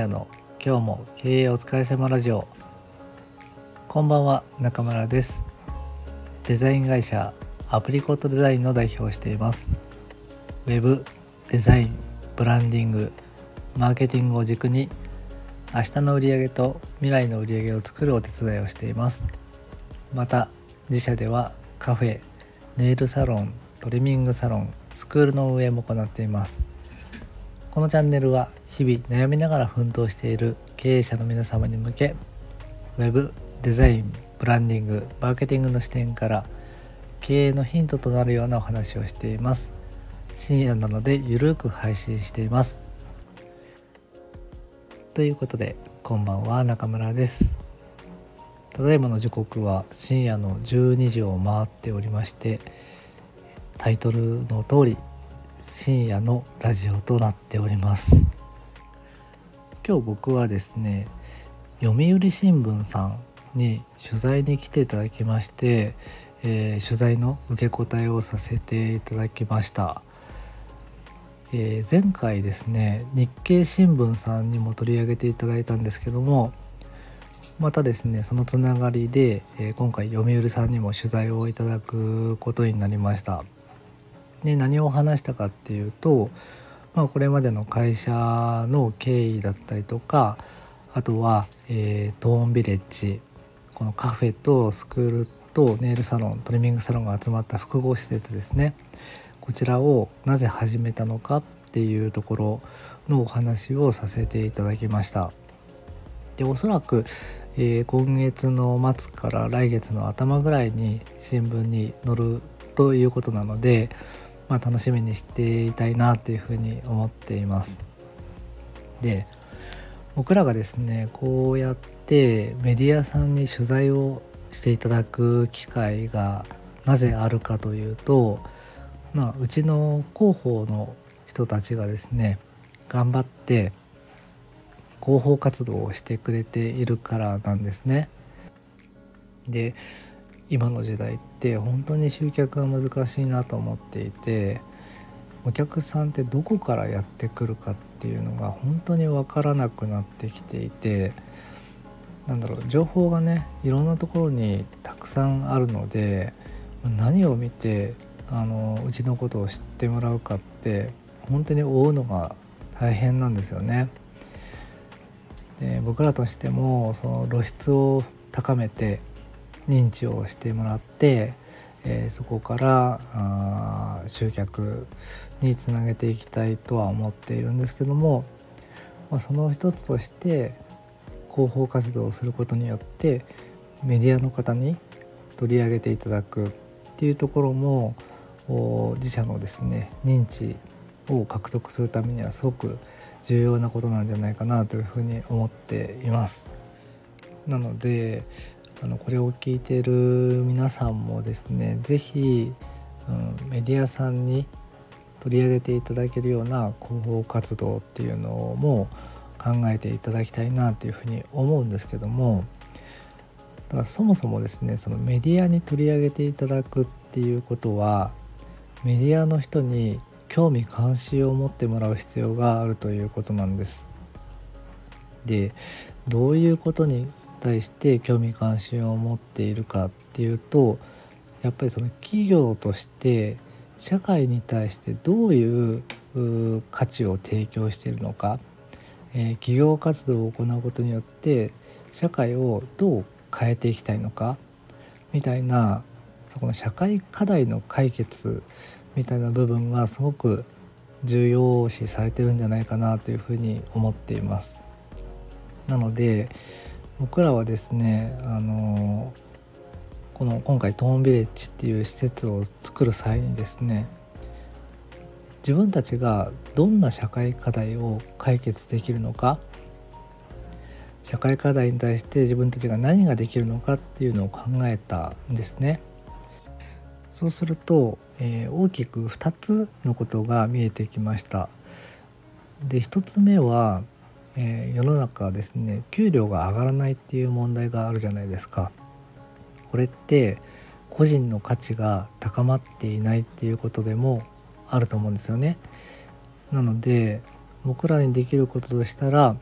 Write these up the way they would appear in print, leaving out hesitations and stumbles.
也の今日も経営お疲れ様ラジオ。こんばんは、中村です。デザイン会社アプリコットデザインの代表をしています。ウェブ、デザイン、ブランディング、マーケティングを軸に明日の売り上げと未来の売り上げを作るお手伝いをしています。また自社ではカフェ、ネイルサロン、トリミングサロン、スクールの運営も行っています。このチャンネルは日々悩みながら奮闘している経営者の皆様に向け、ウェブ、デザイン、ブランディング、マーケティングの視点から経営のヒントとなるようなお話をしています。深夜なのでゆるく配信しています。ということで、こんばんは、中村です。ただいまの時刻は深夜の12時を回っておりまして、タイトルの通り深夜のラジオとなっております。今日僕はですね、読売新聞さんに取材に来ていただきまして、取材の受け答えをさせていただきました。前回ですね、日経新聞さんにも取り上げていただいたんですけども、またですねそのつながりで、今回読売さんにも取材をいただくことになりました。で、何を話したかっていうと、これまでの会社の経緯だったりとか、あとは、トーンビレッジ、このカフェとスクールとネイルサロン、トリミングサロンが集まった複合施設ですね。こちらをなぜ始めたのかっていうところのお話をさせていただきました。で、おそらく、今月の末から来月の頭ぐらいに新聞に載るということなので、楽しみにしていたいなというふうに思っています。で、僕らがですねこうやってメディアさんに取材をしていただく機会がなぜあるかというと、うちの広報の人たちがですね頑張って広報活動をしてくれているからなんですね。で、今の時代って本当に集客が難しいなと思っていて、お客さんってどこからやってくるかっていうのが本当に分からなくなってきていて、情報がねいろんなところにたくさんあるので、何を見てうちのことを知ってもらうかって本当に追うのが大変なんですよね。で、僕らとしてもその露出を高めて認知をしてもらって、そこから集客につなげていきたいとは思っているんですけども、その一つとして広報活動をすることによってメディアの方に取り上げていただくっていうところも自社のですね認知を獲得するためにはすごく重要なことなんじゃないかなというふうに思っています。なのでこれを聞いている皆さんもですね、ぜひ、メディアさんに取り上げていただけるような広報活動っていうのも考えていただきたいなというふうに思うんですけども、ただそもそもですねそのメディアに取り上げていただくっていうことはメディアの人に興味関心を持ってもらう必要があるということなんです。で、どういうことに対して興味関心を持っているかっていうと、やっぱりその企業として社会に対してどういう価値を提供しているのか、企業活動を行うことによって社会をどう変えていきたいのかみたいな、そこの社会課題の解決みたいな部分がすごく重要視されてるんじゃないかなというふうに思っています。なので僕らはですねこの今回トーンビレッジっていう施設を作る際にですね、自分たちがどんな社会課題を解決できるのか、社会課題に対して自分たちが何ができるのかっていうのを考えたんですね。そうすると、大きく2つのことが見えてきました。で、1つ目は、世の中はですね給料が上がらないっていう問題があるじゃないですか。これって個人の価値が高まっていないっていうことでもあると思うんですよね。なので僕らにできることとしたら、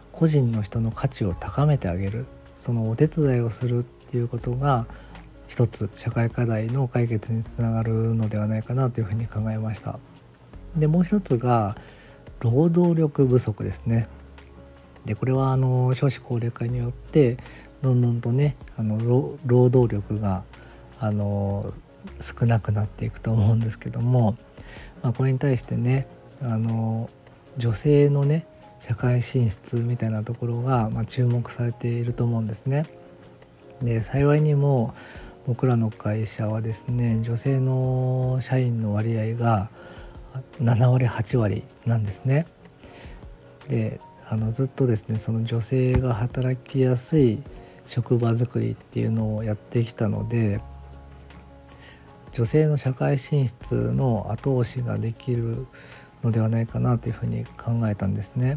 個人の人の価値を高めてあげる、そのお手伝いをするっていうことが一つ社会課題の解決につながるのではないかなというふうに考えました。でもう一つが労働力不足ですね。でこれは少子高齢化によってどんどんとね労働力が少なくなっていくと思うんですけども、これに対してね女性のね社会進出みたいなところが、注目されていると思うんですね。で幸いにも僕らの会社はですね、女性の社員の割合が7割8割なんですね。でずっとですねその女性が働きやすい職場づくりっていうのをやってきたので、女性の社会進出の後押しができるのではないかなというふうに考えたんですね。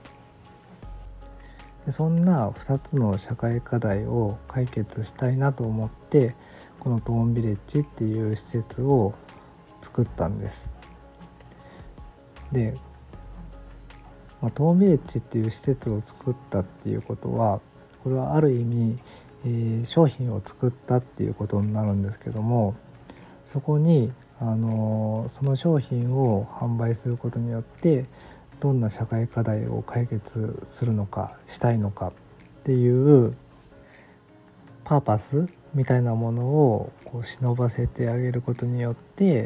でそんな2つの社会課題を解決したいなと思ってこのトーンビレッジっていう施設を作ったんです。で、トーンビレッジっていう施設を作ったっていうことはこれはある意味、商品を作ったっていうことになるんですけども、そこにその商品を販売することによってどんな社会課題を解決するのかしたいのかっていうパーパスみたいなものを忍ばせてあげることによって、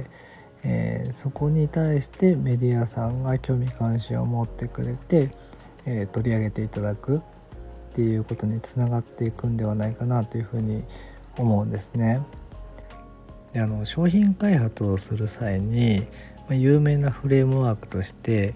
そこに対してメディアさんが興味関心を持ってくれて、取り上げていただくっていうことにつながっていくんではないかなというふうに思うんですね。で商品開発をする際に、有名なフレームワークとして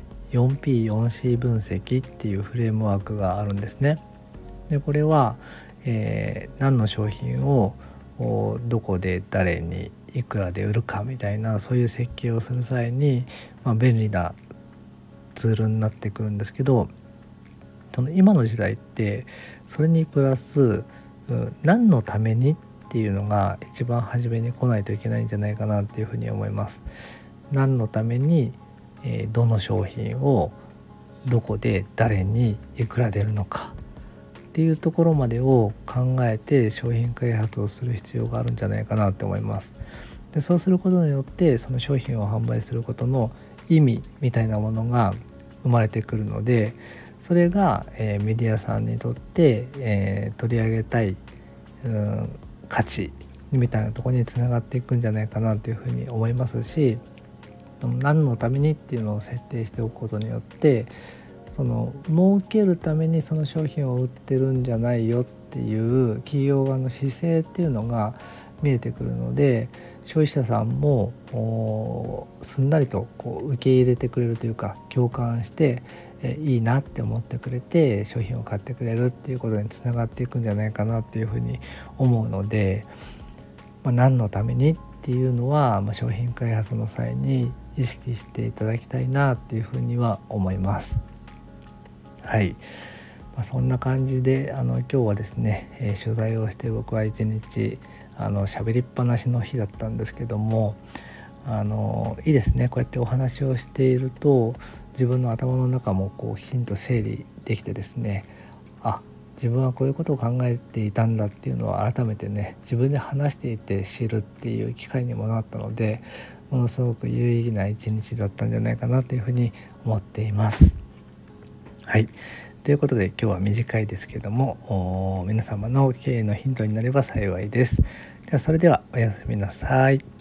4P4C 分析っていうフレームワークがあるんですね。でこれは、何の商品をどこで誰にいくらで売るかみたいなそういう設計をする際に、便利なツールになってくるんですけど、その今の時代ってそれにプラス何のためにっていうのが一番初めに来ないといけないんじゃないかなっていうふうに思います。何のために、どの商品をどこで誰にいくらで売るのかっていうところまでを考えて商品開発をする必要があるんじゃないかなと思います。でそうすることによってその商品を販売することの意味みたいなものが生まれてくるので、それが、メディアさんにとって、取り上げたい、価値みたいなところにつながっていくんじゃないかなというふうに思いますし、何のためにっていうのを設定しておくことによって儲けるためにその商品を売ってるんじゃないよっていう企業側の姿勢っていうのが見えてくるので、消費者さんもすんなりと受け入れてくれるというか共感していいなって思ってくれて商品を買ってくれるっていうことにつながっていくんじゃないかなっていうふうに思うので、何のためにっていうのは、商品開発の際に意識していただきたいなっていうふうには思います。はい、そんな感じで今日はですね、取材をして僕は一日喋りっぱなしの日だったんですけども、いいですね、こうやってお話をしていると自分の頭の中もきちんと整理できてですね、自分はこういうことを考えていたんだっていうのを改めてね自分で話していて知るっていう機会にもなったので、ものすごく有意義な一日だったんじゃないかなというふうに思っています。はい、ということで今日は短いですけども皆様の経営のヒントになれば幸いです。それではおやすみなさい。